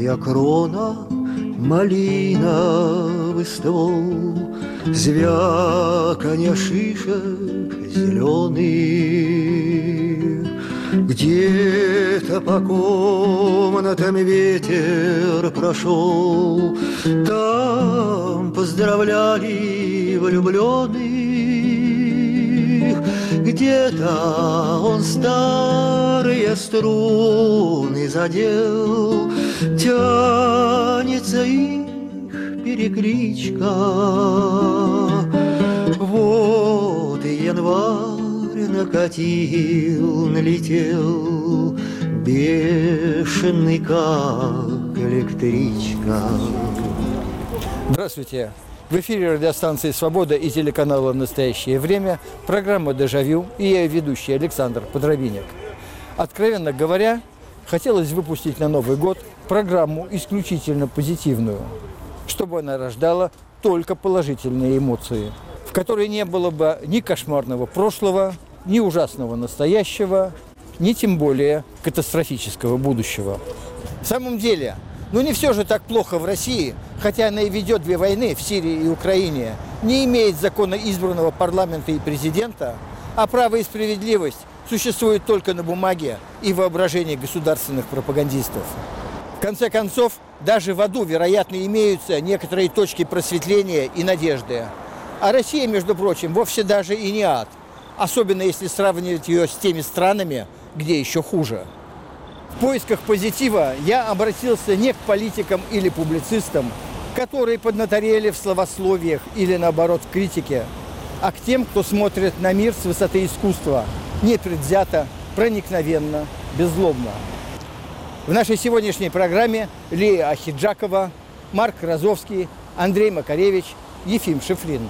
Сухая крона, малиновый ствол, звяканье шишек зеленых. Где-то по комнатам ветер прошел, там поздравляли влюбленных. Где-то он старые струны задел, тянется их перекличка. Вот и январь накатил, налетел, бешеный, как электричка. Здравствуйте! В эфире радиостанции «Свобода» и телеканала «Настоящее время» программа «Дежавю» и я, ведущий Александр Подробинник. Откровенно говоря, хотелось выпустить на Новый год программу исключительно позитивную, чтобы она рождала только положительные эмоции, в которой не было бы ни кошмарного прошлого, ни ужасного настоящего, ни тем более катастрофического будущего. В самом деле, не все же так плохо в России, хотя она и ведет две войны в Сирии и Украине, не имеет закона избранного парламента и президента, а право и справедливость существуют только на бумаге и воображении государственных пропагандистов. В конце концов, даже в аду, вероятно, имеются некоторые точки просветления и надежды. А Россия, между прочим, вовсе даже и не ад, особенно если сравнивать ее с теми странами, где еще хуже. В поисках позитива я обратился не к политикам или публицистам, которые поднаторели в словословиях или, наоборот, в критике, а к тем, кто смотрит на мир с высоты искусства, непредвзято, проникновенно, беззлобно. В нашей сегодняшней программе Лия Ахиджакова, Марк Розовский, Андрей Макаревич, Ефим Шифрин.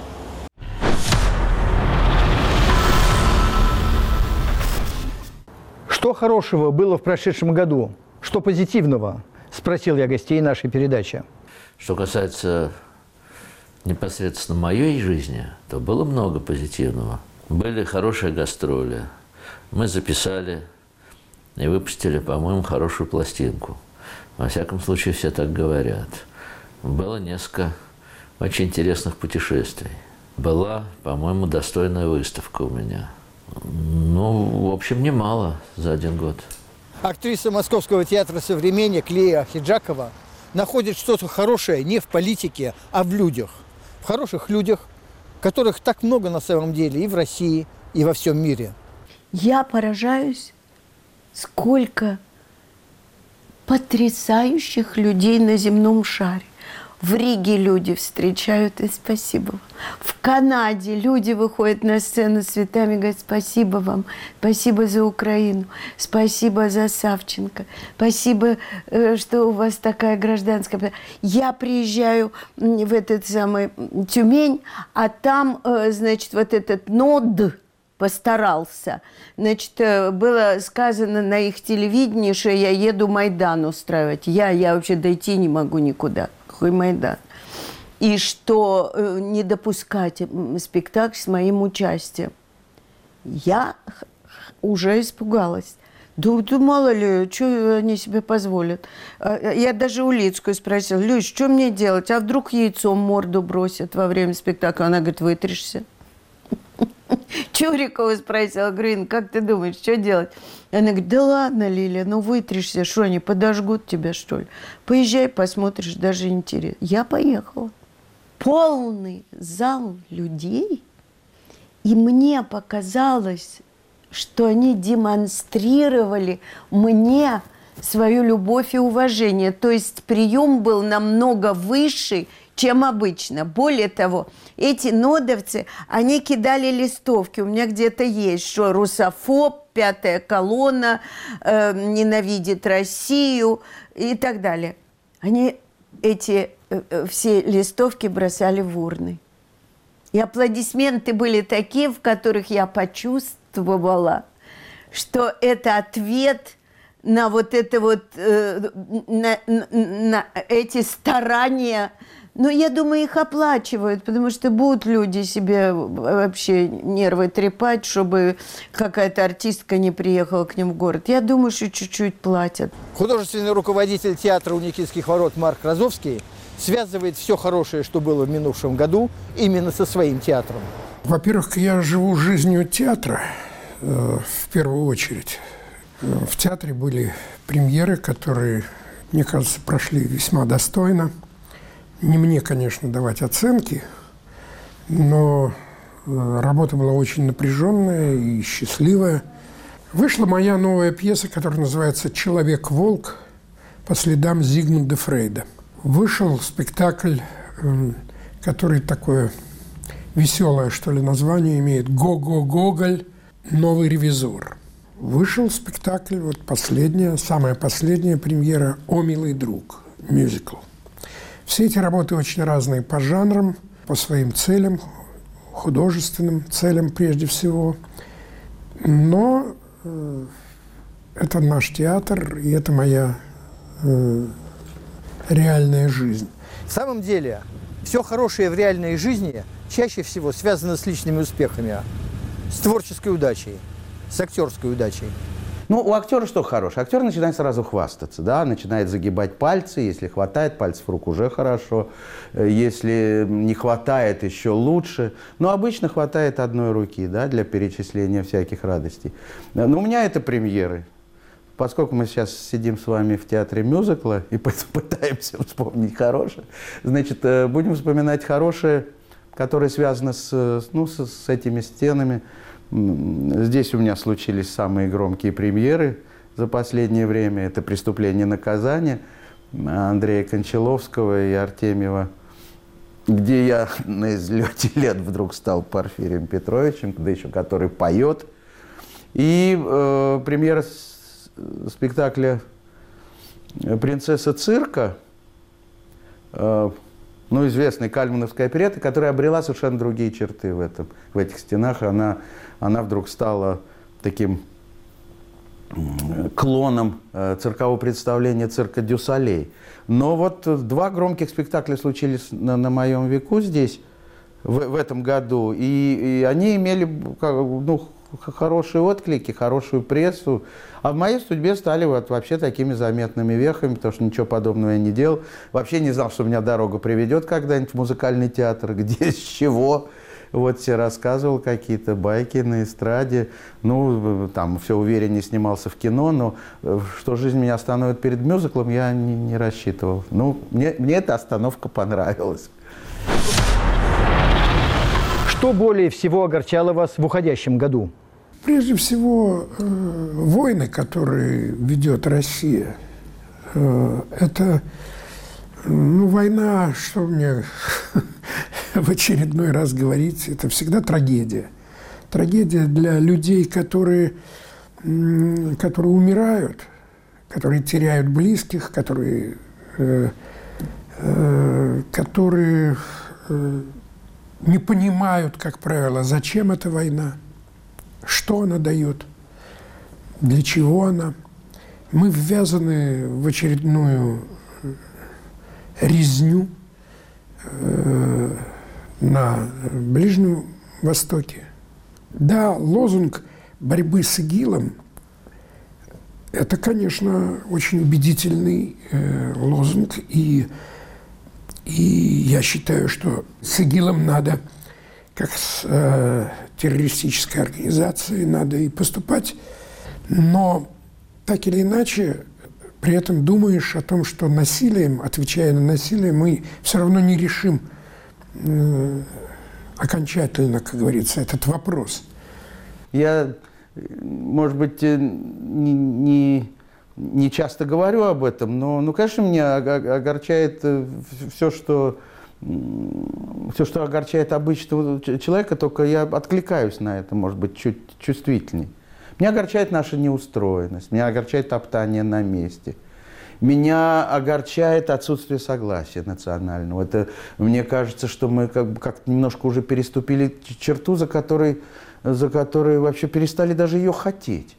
Что хорошего было в прошедшем году? Что позитивного? Спросил я гостей нашей передачи. Что касается непосредственно моей жизни, то было много позитивного. Были хорошие гастроли. Мы записали и выпустили, по-моему, хорошую пластинку. Во всяком случае, все так говорят. Было несколько очень интересных путешествий. Была, по-моему, достойная выставка у меня. В общем, немало за один год. Актриса Московского театра «Современник» Лия Ахиджакова находит что-то хорошее не в политике, а в людях. В хороших людях, которых так много на самом деле и в России, и во всем мире. Я поражаюсь, сколько потрясающих людей на земном шаре. В Риге люди встречают, и спасибо вам. В Канаде люди выходят на сцену с цветами и говорят: спасибо вам, спасибо за Украину, спасибо за Савченко, спасибо, что у вас такая гражданская... Я приезжаю в этот самый Тюмень, а там, значит, вот этот НОД постарался. Значит, было сказано на их телевидении, что я еду Майдан устраивать. Я вообще дойти не могу никуда. Какой Майдан? И что не допускать спектакль с моим участием. Я уже испугалась. Да мало ли, что они себе позволят. Я даже у Лицкую спросила: Люсь, что мне делать? А вдруг яйцом морду бросят во время спектакля? Она говорит: вытришься. Чурикова спросила: Грин, как ты думаешь, что делать? Она говорит: да ладно, Лиля, вытришься, что они подожгут тебя, что ли? Поезжай, посмотришь, даже интересно. Я поехала. Полный зал людей, и мне показалось, что они демонстрировали мне свою любовь и уважение. То есть прием был намного выше, чем обычно. Более того, эти нодовцы, они кидали листовки. У меня где-то есть, что русофоб, пятая колонна, ненавидит Россию и так далее. Они эти все листовки бросали в урны. И аплодисменты были такие, в которых я почувствовала, что это ответ на вот это вот, на эти старания Ну, я думаю, их оплачивают, потому что будут люди себе вообще нервы трепать, чтобы какая-то артистка не приехала к ним в город. Я думаю, что чуть-чуть платят. Художественный руководитель театра у Никитских ворот Марк Розовский связывает все хорошее, что было в минувшем году, именно со своим театром. Во-первых, я живу жизнью театра в первую очередь. В театре были премьеры, которые, мне кажется, прошли весьма достойно. Не мне, конечно, давать оценки, но работа была очень напряженная и счастливая. Вышла моя новая пьеса, которая называется «Человек-волк» по следам Зигмунда Фрейда. Вышел спектакль, который такое веселое, что ли, название имеет «Го-го-гоголь. Новый ревизор». Вышел спектакль, вот последняя, самая последняя премьера «О, милый друг», мюзикл. Все эти работы очень разные по жанрам, по своим целям, художественным целям прежде всего. Но это наш театр, и это моя реальная жизнь. В самом деле, все хорошее в реальной жизни чаще всего связано с личными успехами, с творческой удачей, с актерской удачей. Ну, у актера что хорошее? Актер начинает сразу хвастаться, да, начинает загибать пальцы. Если хватает пальцев рук, уже хорошо. Если не хватает, еще лучше. Но обычно хватает одной руки, да, для перечисления всяких радостей. Но у меня это премьеры. Поскольку мы сейчас сидим с вами в театре мюзикла и пытаемся вспомнить хорошее, значит, будем вспоминать хорошее, которое связано с этими стенами. Здесь у меня случились самые громкие премьеры за последнее время. Это «Преступление и наказание» Андрея Кончаловского и Артемьева, где я на излете лет вдруг стал Порфирием Петровичем, да еще который поет. И премьера спектакля «Принцесса цирка», известной кальмановской оперетты, которая обрела совершенно другие черты в этих стенах. Она вдруг стала таким клоном циркового представления «Цирка дю Солей». Но вот два громких спектакля случились на моем веку здесь, в этом году, и они имели хорошие отклики, хорошую прессу. А в моей судьбе стали вообще такими заметными вехами, потому что ничего подобного я не делал. Вообще не знал, что меня дорога приведет когда-нибудь в музыкальный театр, где, с чего. Вот все рассказывал какие-то байки на эстраде. Там все увереннее снимался в кино, но что жизнь меня остановит перед мюзиклом, я не рассчитывал. Мне эта остановка понравилась. Что более всего огорчало вас в уходящем году? Прежде всего, войны, которые ведет Россия. Это война, что мне в очередной раз говорить, это всегда трагедия. Трагедия для людей, которые умирают, которые теряют близких, которые не понимают, как правило, зачем эта война, что она дает, для чего она. Мы ввязаны в очередную резню на Ближнем Востоке. Да, лозунг борьбы с ИГИЛом – это, конечно, очень убедительный лозунг, и я считаю, что с ИГИЛом надо, как с террористической организацией, надо и поступать. Но так или иначе, при этом думаешь о том, что насилием, отвечая на насилие, мы все равно не решим окончательно, как говорится, этот вопрос. Я, может быть, не часто говорю об этом, но, конечно, меня огорчает все, что огорчает обычного человека, только я откликаюсь на это, может быть, чуть чувствительней. Меня огорчает наша неустроенность, меня огорчает топтание на месте. Меня огорчает отсутствие согласия национального. Мне кажется, что мы как-то немножко уже переступили черту, за которой вообще перестали даже ее хотеть.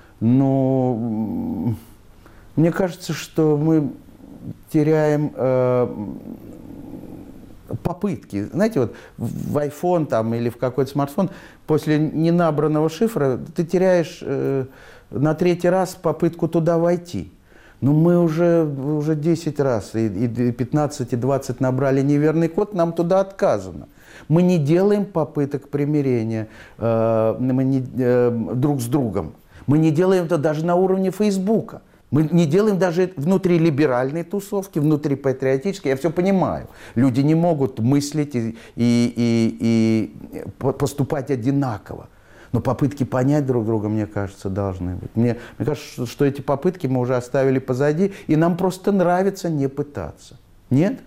Но мне кажется, что мы теряем попытки. Знаете, вот в iPhone там, или в какой-то смартфон после ненабранного шифра ты теряешь на 3-й раз попытку туда войти. Но мы уже 10 раз, и 15, и 20 набрали неверный код, нам туда отказано. Мы не делаем попыток примирения друг с другом. Мы не делаем это даже на уровне Фейсбука. Мы не делаем даже внутри либеральной тусовки, внутри патриотической. Я все понимаю. Люди не могут мыслить и поступать одинаково. Но попытки понять друг друга, мне кажется, должны быть. Мне кажется, что эти попытки мы уже оставили позади, и нам просто нравится не пытаться. Нет?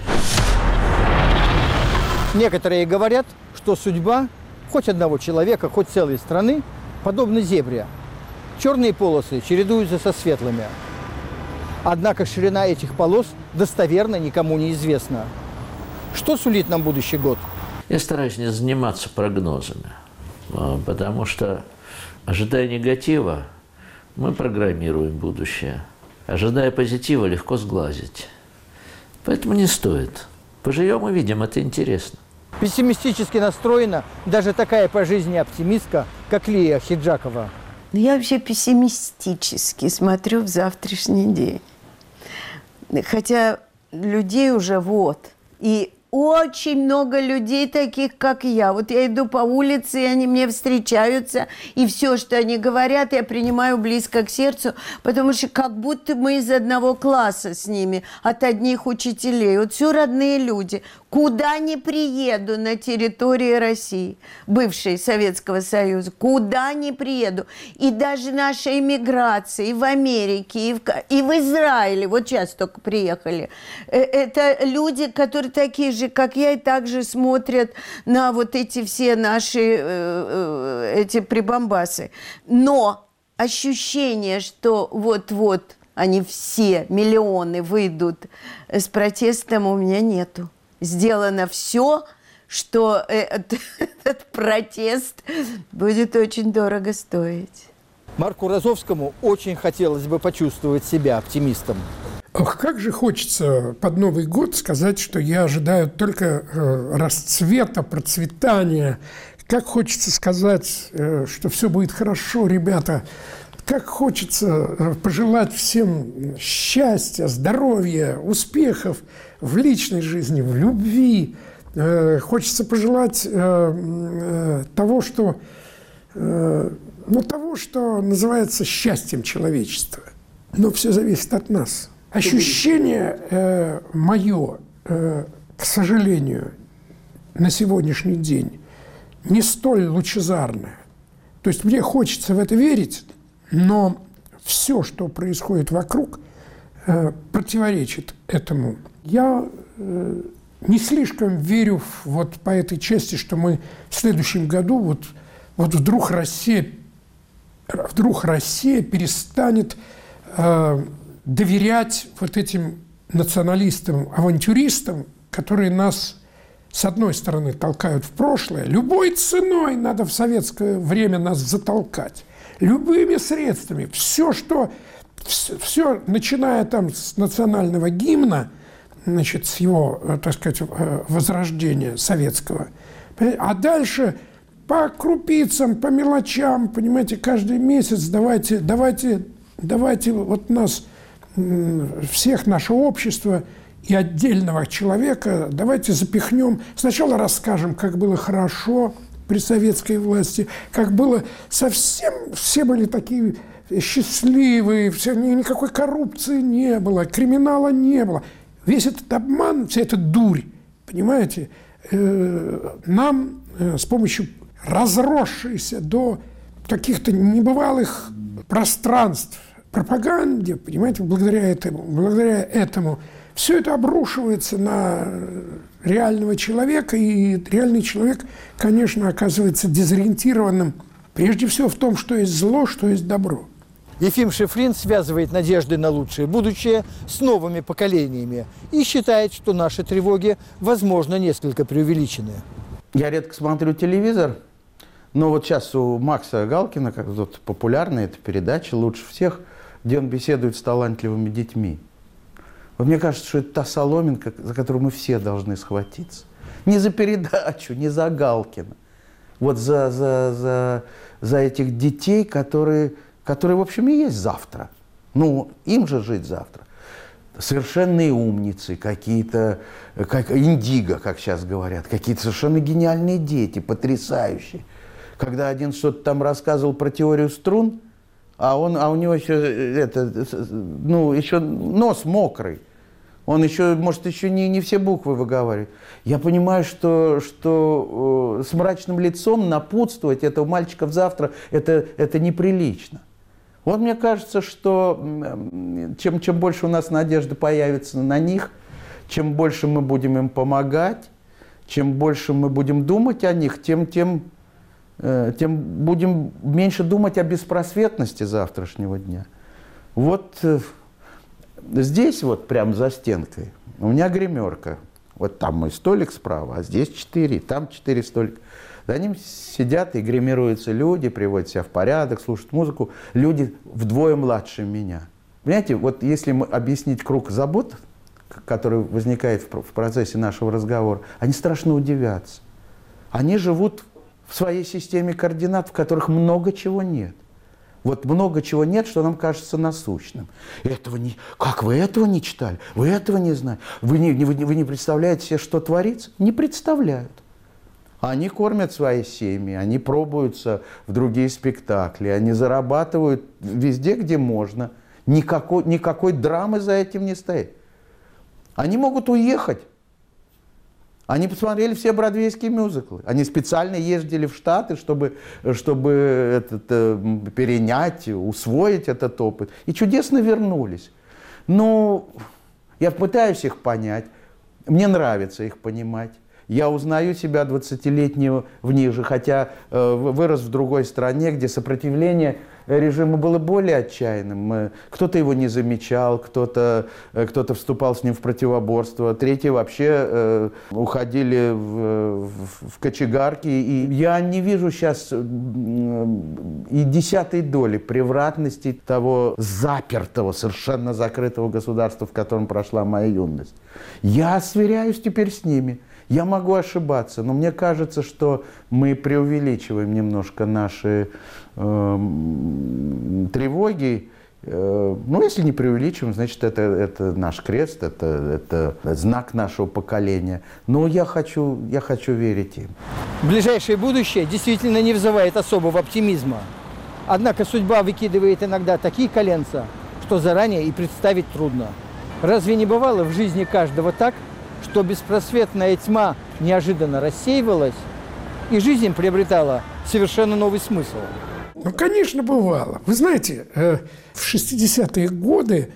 Некоторые говорят, что судьба хоть одного человека, хоть целой страны подобна зебре. Черные полосы чередуются со светлыми. Однако ширина этих полос достоверно никому не известна. Что сулит нам будущий год? Я стараюсь не заниматься прогнозами, потому что, ожидая негатива, мы программируем будущее. Ожидая позитива, легко сглазить. Поэтому не стоит. Поживем и видим, это интересно. Пессимистически настроена даже такая по жизни оптимистка, как Лия Хиджакова. Я вообще пессимистически смотрю в завтрашний день. Хотя людей уже вот. И очень много людей таких, как я. Вот я иду по улице, и они мне встречаются, и все, что они говорят, я принимаю близко к сердцу, потому что как будто мы из одного класса с ними, от одних учителей. Вот все родные люди. Куда ни приеду на территории России, бывшей Советского Союза, куда ни приеду, и даже наша иммиграция и в Америке, и в Израиле, вот сейчас только приехали, это люди, которые такие же, как я, и также смотрят на вот эти все наши эти прибамбасы. Но ощущение, что вот-вот они все, миллионы, выйдут с протестом, у меня нету. Сделано все, что этот протест будет очень дорого стоить. Марку Розовскому очень хотелось бы почувствовать себя оптимистом. Ох, как же хочется под Новый год сказать, что я ожидаю только расцвета, процветания. Как хочется сказать, что все будет хорошо, ребята. Как хочется пожелать всем счастья, здоровья, успехов в личной жизни, в любви. Хочется пожелать того, что называется счастьем человечества. Но все зависит от нас. Ощущение мое, к сожалению, на сегодняшний день не столь лучезарное. То есть мне хочется в это верить, но все, что происходит вокруг, противоречит этому. Я не слишком верю вот по этой части, что мы в следующем году вот вдруг Россия перестанет доверять вот этим националистам, авантюристам, которые нас, с одной стороны, толкают в прошлое. Любой ценой надо в советское время нас затолкать. Любыми средствами. Все, начиная там с национального гимна, значит, с его, так сказать, возрождения советского. А дальше по крупицам, по мелочам, понимаете, каждый месяц давайте вот нас, всех, наше общество и отдельного человека, давайте запихнем. Сначала расскажем, как было хорошо при советской власти, как было совсем, все были такие счастливые, никакой коррупции не было, криминала не было. Весь этот обман, вся эта дурь, понимаете, нам с помощью разросшейся до каких-то небывалых пространств пропаганде, понимаете, благодаря этому все это обрушивается на реального человека, и реальный человек, конечно, оказывается дезориентированным прежде всего в том, что есть зло, что есть добро. Ефим Шифрин связывает надежды на лучшее будущее с новыми поколениями и считает, что наши тревоги, возможно, несколько преувеличены. Я редко смотрю телевизор, но вот сейчас у Макса Галкина, как тут популярная эта передача «Лучше всех», где он беседует с талантливыми детьми. Вот мне кажется, что это та соломинка, за которую мы все должны схватиться. Не за передачу, не за Галкина. Вот за этих детей, которые, в общем, и есть завтра. Ну, им же жить завтра. Совершенные умницы, какие-то, как индиго, как сейчас говорят, какие-то совершенно гениальные дети, потрясающие. Когда один что-то там рассказывал про теорию струн, а у него еще, еще нос мокрый. Он еще, может, еще не все буквы выговаривает. Я понимаю, что с мрачным лицом напутствовать этого мальчика завтра это неприлично. Вот мне кажется, что чем больше у нас надежды появится на них, чем больше мы будем им помогать, чем больше мы будем думать о них, тем будем меньше думать о беспросветности завтрашнего дня. Вот здесь вот прямо за стенкой у меня гримерка. Вот там мой столик справа, а здесь 4, там 4 столика. За ним сидят и гримируются люди, приводят себя в порядок, слушают музыку. Люди вдвое младше меня. Понимаете, вот если объяснить круг забот, который возникает в процессе нашего разговора, они страшно удивятся. Они живут в своей системе координат, в которых много чего нет. Вот много чего нет, что нам кажется насущным. Как вы этого не читали? Вы этого не знаете? Вы не представляете себе, что творится? Не представляют. Они кормят свои семьи, они пробуются в другие спектакли, они зарабатывают везде, где можно. Никакой драмы за этим не стоит. Они могут уехать. Они посмотрели все бродвейские мюзиклы. Они специально ездили в Штаты, чтобы перенять, усвоить этот опыт. И чудесно вернулись. Ну, я пытаюсь их понять. Мне нравится их понимать. Я узнаю себя 20-летнего в них же, хотя вырос в другой стране, где сопротивление режиму было более отчаянным. Кто-то его не замечал, кто-то вступал с ним в противоборство, третьи вообще уходили в кочегарки. И я не вижу сейчас и 10-й доли превратности того запертого, совершенно закрытого государства, в котором прошла моя юность. Я сверяюсь теперь с ними. Я могу ошибаться, но мне кажется, что мы преувеличиваем немножко наши тревоги. Ну, если не преувеличиваем, значит, это наш крест, это знак нашего поколения. Но я хочу верить им. Ближайшее будущее действительно не вызывает особого оптимизма. Однако судьба выкидывает иногда такие коленца, что заранее и представить трудно. Разве не бывало в жизни каждого так, что беспросветная тьма неожиданно рассеивалась, и жизнь приобретала совершенно новый смысл? Ну, конечно, бывало. Вы знаете, в 60-е годы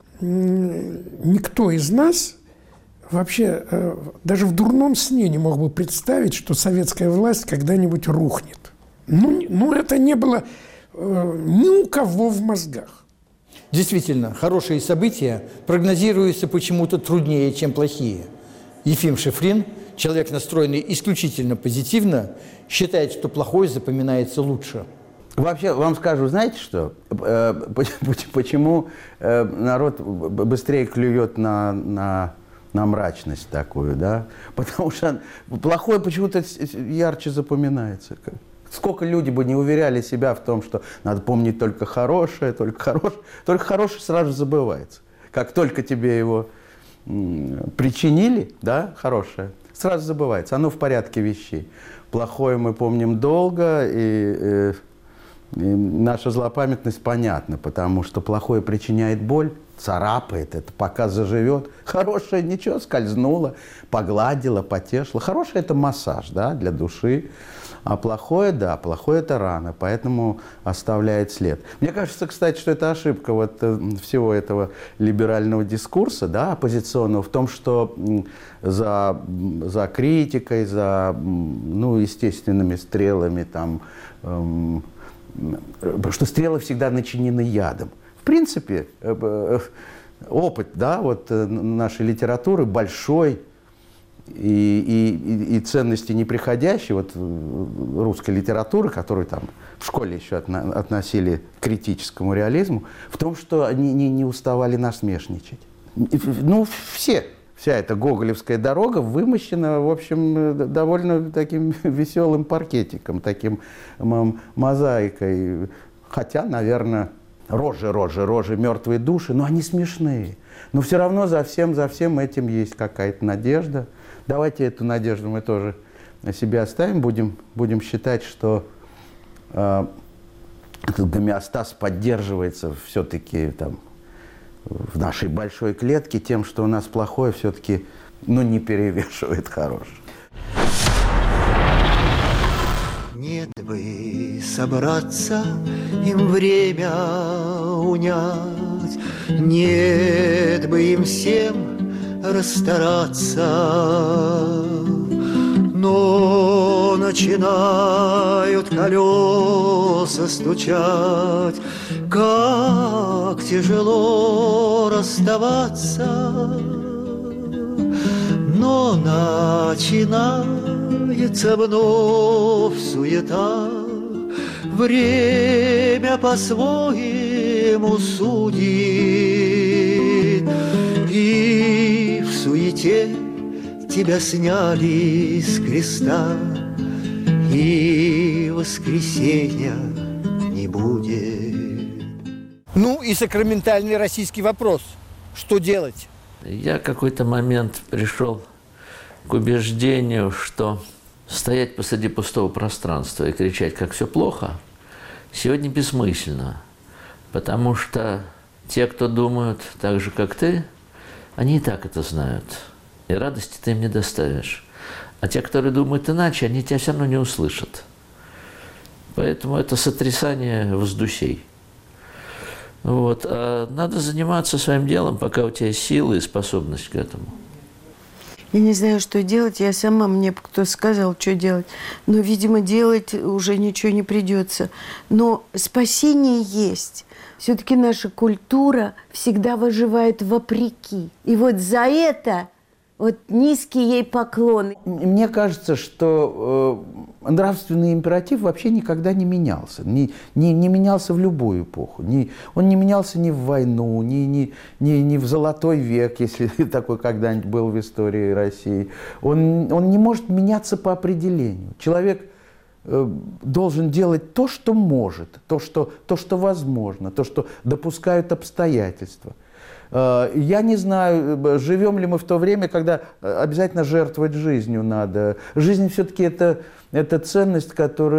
никто из нас вообще даже в дурном сне не мог бы представить, что советская власть когда-нибудь рухнет. Ну, это не было ни у кого в мозгах. Действительно, хорошие события прогнозируются почему-то труднее, чем плохие. Ефим Шифрин, человек, настроенный исключительно позитивно, считает, что плохое запоминается лучше. Вообще, вам скажу, знаете что? Почему народ быстрее клюет на мрачность такую, да? Потому что плохое почему-то ярче запоминается. Сколько люди бы не уверяли себя в том, что надо помнить только хорошее сразу забывается. Как только тебе его причинили, да, хорошее, сразу забывается. Оно в порядке вещей. Плохое мы помним долго, и наша злопамятность понятна, потому что плохое причиняет боль, царапает, это пока заживет. Хорошее ничего, скользнуло, погладило, потешило. Хорошее – это массаж, да, для души. А плохое, да, плохое – это рана, поэтому оставляет след. Мне кажется, кстати, что это ошибка вот всего этого либерального дискурса, да, оппозиционного, в том, что за критикой, за, естественными стрелами, там, что стрелы всегда начинены ядом. В принципе, опыт, да, вот нашей литературы большой, и ценности неприходящие, вот русской литературы, которую там в школе еще относили к критическому реализму, в том, что они не уставали насмешничать. Ну, вся эта гоголевская дорога вымощена, в общем, довольно таким веселым паркетиком, таким мозаикой. Хотя, наверное, рожи, мертвые души, но они смешные. Но все равно за всем этим есть какая-то надежда. Давайте эту надежду мы тоже себе оставим, будем считать, что этот гомеостаз поддерживается все-таки там в нашей большой клетке тем, что у нас плохое все-таки, не перевешивает хорошее. Нет бы собраться, им время унять, нет бы им всем расстараться, но начинают колеса стучать, как тяжело расставаться, но начинается вновь суета, время по-своему судит, и в суете тебя сняли с креста, и воскресенья не будет. Ну и сакраментальный российский вопрос. Что делать? Я в какой-то момент пришел к убеждению, что стоять посреди пустого пространства и кричать, как все плохо, сегодня бессмысленно. Потому что те, кто думают так же, как ты, они и так это знают. И радости ты им не доставишь. А те, которые думают иначе, они тебя все равно не услышат. Поэтому это сотрясание воздусей. Вот. А надо заниматься своим делом, пока у тебя есть силы и способность к этому. Я не знаю, что делать. Я сама, мне кто сказал, что делать. Но, видимо, делать уже ничего не придется. Но спасение есть. Все-таки наша культура всегда выживает вопреки. И вот за это низкий ей поклон. Мне кажется, что нравственный императив вообще никогда не менялся. Не менялся в любую эпоху. Он не менялся ни в войну, ни в золотой век, если такой когда-нибудь был в истории России. Он не может меняться по определению. Человек должен делать то, что может, то, что возможно, то, что допускают обстоятельства. Я не знаю, живем ли мы в то время, когда обязательно жертвовать жизнью надо. Жизнь все-таки это ценность, с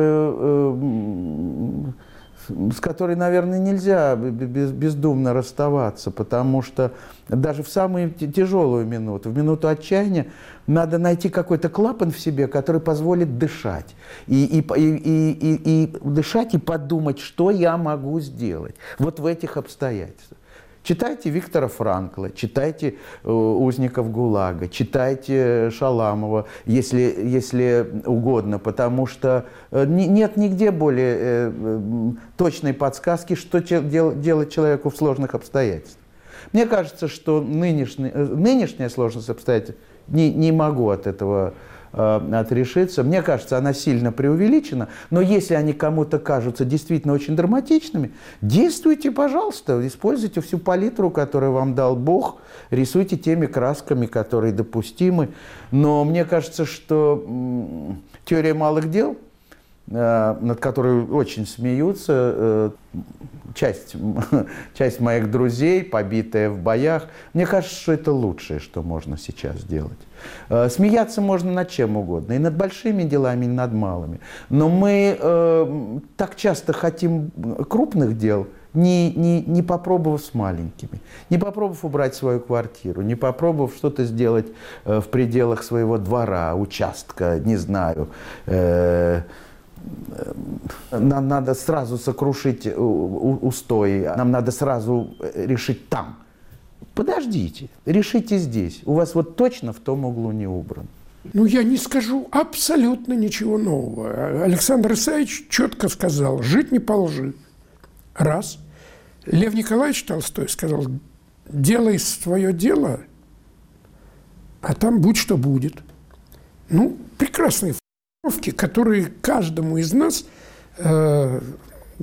которой, наверное, нельзя бездумно расставаться, потому что даже в самую тяжелую минуту, в минуту отчаяния, надо найти какой-то клапан в себе, который позволит дышать. И дышать, и подумать, что я могу сделать вот в этих обстоятельствах. Читайте Виктора Франкла, читайте «Узников ГУЛАГа», читайте Шаламова, если угодно, потому что нет нигде более точной подсказки, что делать человеку в сложных обстоятельствах. Мне кажется, что нынешняя сложность обстоятельств, не могу от этого отрешиться. Мне кажется, она сильно преувеличена, но если они кому-то кажутся действительно очень драматичными, действуйте, пожалуйста, используйте всю палитру, которую вам дал Бог, рисуйте теми красками, которые допустимы. Но мне кажется, что теория малых дел, над которой очень смеются, часть моих друзей, побитая в боях, мне кажется, что это лучшее, что можно сейчас сделать. Смеяться можно над чем угодно, и над большими делами, и над малыми. Но мы так часто хотим крупных дел, не попробовав с маленькими, не попробовав убрать свою квартиру, не попробовав что-то сделать в пределах своего двора, участка, не знаю. Нам надо сразу сокрушить устои, нам надо сразу решить там. Подождите, решите здесь. У вас точно в том углу не убран. Я не скажу абсолютно ничего нового. Александр Исаевич четко сказал: жить не по лжи. Раз. Лев Николаевич Толстой сказал: делай свое дело, а там будь что будет. Прекрасные формулировки, которые каждому из нас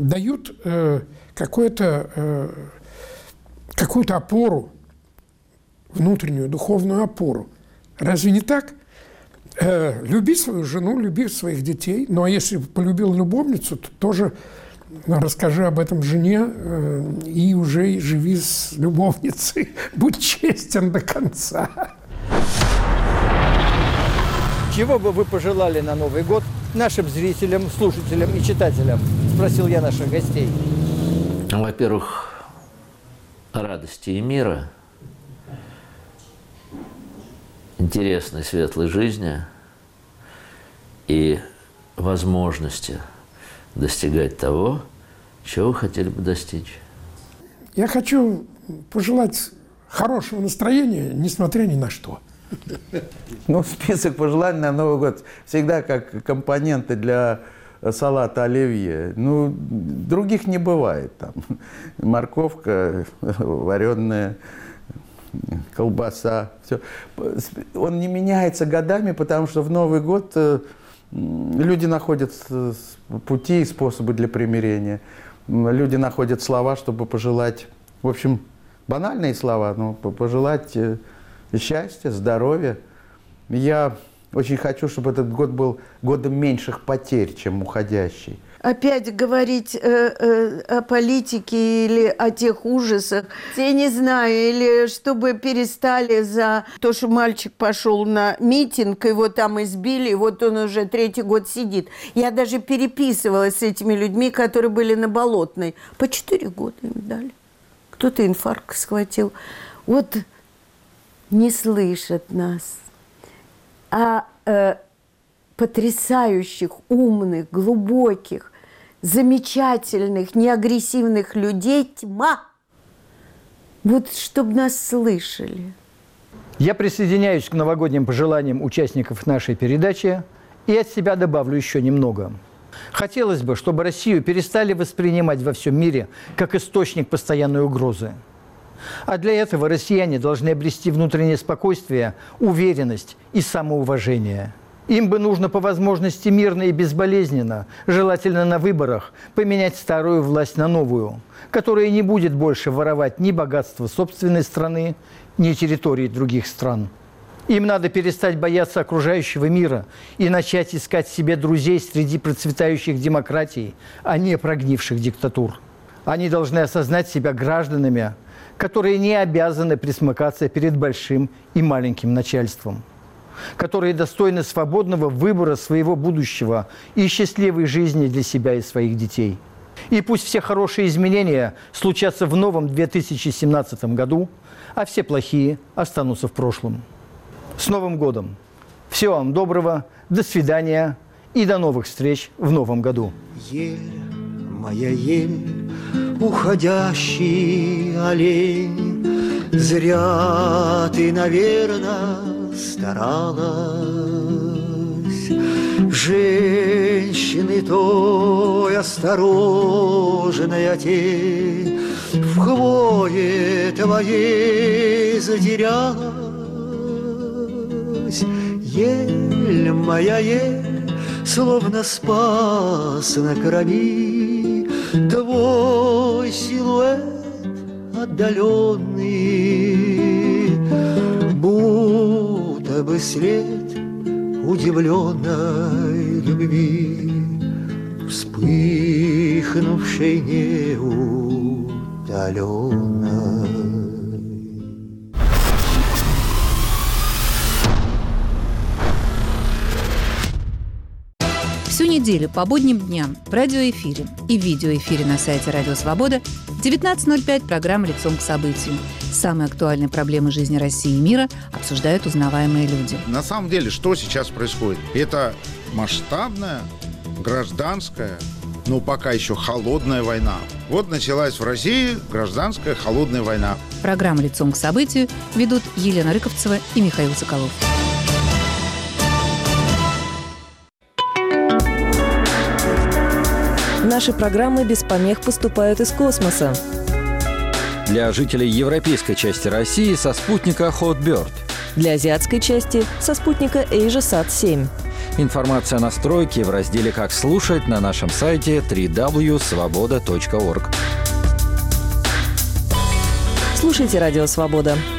дают какую-то опору внутреннюю духовную опору. Разве не так? Люби свою жену, люби своих детей. Ну, а если полюбил любовницу, то тоже расскажи об этом жене и уже живи с любовницей. Будь честен до конца. Чего бы вы пожелали на Новый год нашим зрителям, слушателям и читателям? Спросил я наших гостей. Во-первых, радости и мира, интересной, светлой жизни и возможности достигать того, чего вы хотели бы достичь. Я хочу пожелать хорошего настроения, несмотря ни на что. Ну, список пожеланий на Новый год всегда как компоненты для салата оливье. Ну, других не бывает. Там морковка, вареная, колбаса. Все. Он не меняется годами, потому что в Новый год люди находят пути и способы для примирения. Люди находят слова, чтобы пожелать, в общем, банальные слова, но пожелать счастья, здоровья. Я очень хочу, чтобы этот год был годом меньших потерь, чем уходящий. Опять говорить о политике или о тех ужасах, я не знаю, или чтобы перестали за то, что мальчик пошел на митинг, его там избили, и вот он уже 3-й год сидит. Я даже переписывалась с этими людьми, которые были на Болотной. По 4 года им дали. Кто-то инфаркт схватил. Вот не слышат нас. А потрясающих, умных, глубоких, замечательных, неагрессивных людей тьма. Вот чтобы нас слышали. Я присоединяюсь к новогодним пожеланиям участников нашей передачи и от себя добавлю еще немного. Хотелось бы, чтобы Россию перестали воспринимать во всем мире как источник постоянной угрозы. А для этого россияне должны обрести внутреннее спокойствие, уверенность и самоуважение. Им бы нужно по возможности мирно и безболезненно, желательно на выборах, поменять старую власть на новую, которая не будет больше воровать ни богатства собственной страны, ни территории других стран. Им надо перестать бояться окружающего мира и начать искать себе друзей среди процветающих демократий, а не прогнивших диктатур. Они должны осознать себя гражданами, которые не обязаны присмыкаться перед большим и маленьким начальством, которые достойны свободного выбора своего будущего и счастливой жизни для себя и своих детей. И пусть все хорошие изменения случатся в новом 2017 году, а все плохие останутся в прошлом. С Новым годом! Всего вам доброго, до свидания и до новых встреч в новом году. Ель, моя ель, уходящий олень, зря ты, наверно, старалась. Женщины той осторожная тень в хвое твоей затерялась. Ель, моя ель, словно спас на крови твой силуэт отдаленный, будто бы след удивленной любви, вспыхнувшей неутоленной. Всю неделю по будним дням в радиоэфире и видеоэфире на сайте Радио Свобода в 19:05 программа «Лицом к событию». Самые актуальные проблемы жизни России и мира обсуждают узнаваемые люди. На самом деле, что сейчас происходит? Это масштабная, гражданская, но пока еще холодная война. Вот началась в России гражданская холодная война. Программу «Лицом к событию» ведут Елена Рыковцева и Михаил Соколов. Наши программы без помех поступают из космоса. Для жителей европейской части России со спутника Hotbird. Для азиатской части со спутника AsiaSat-7. Информация о настройке в разделе «Как слушать» на нашем сайте www.svoboda.org. Слушайте «Радио Свобода».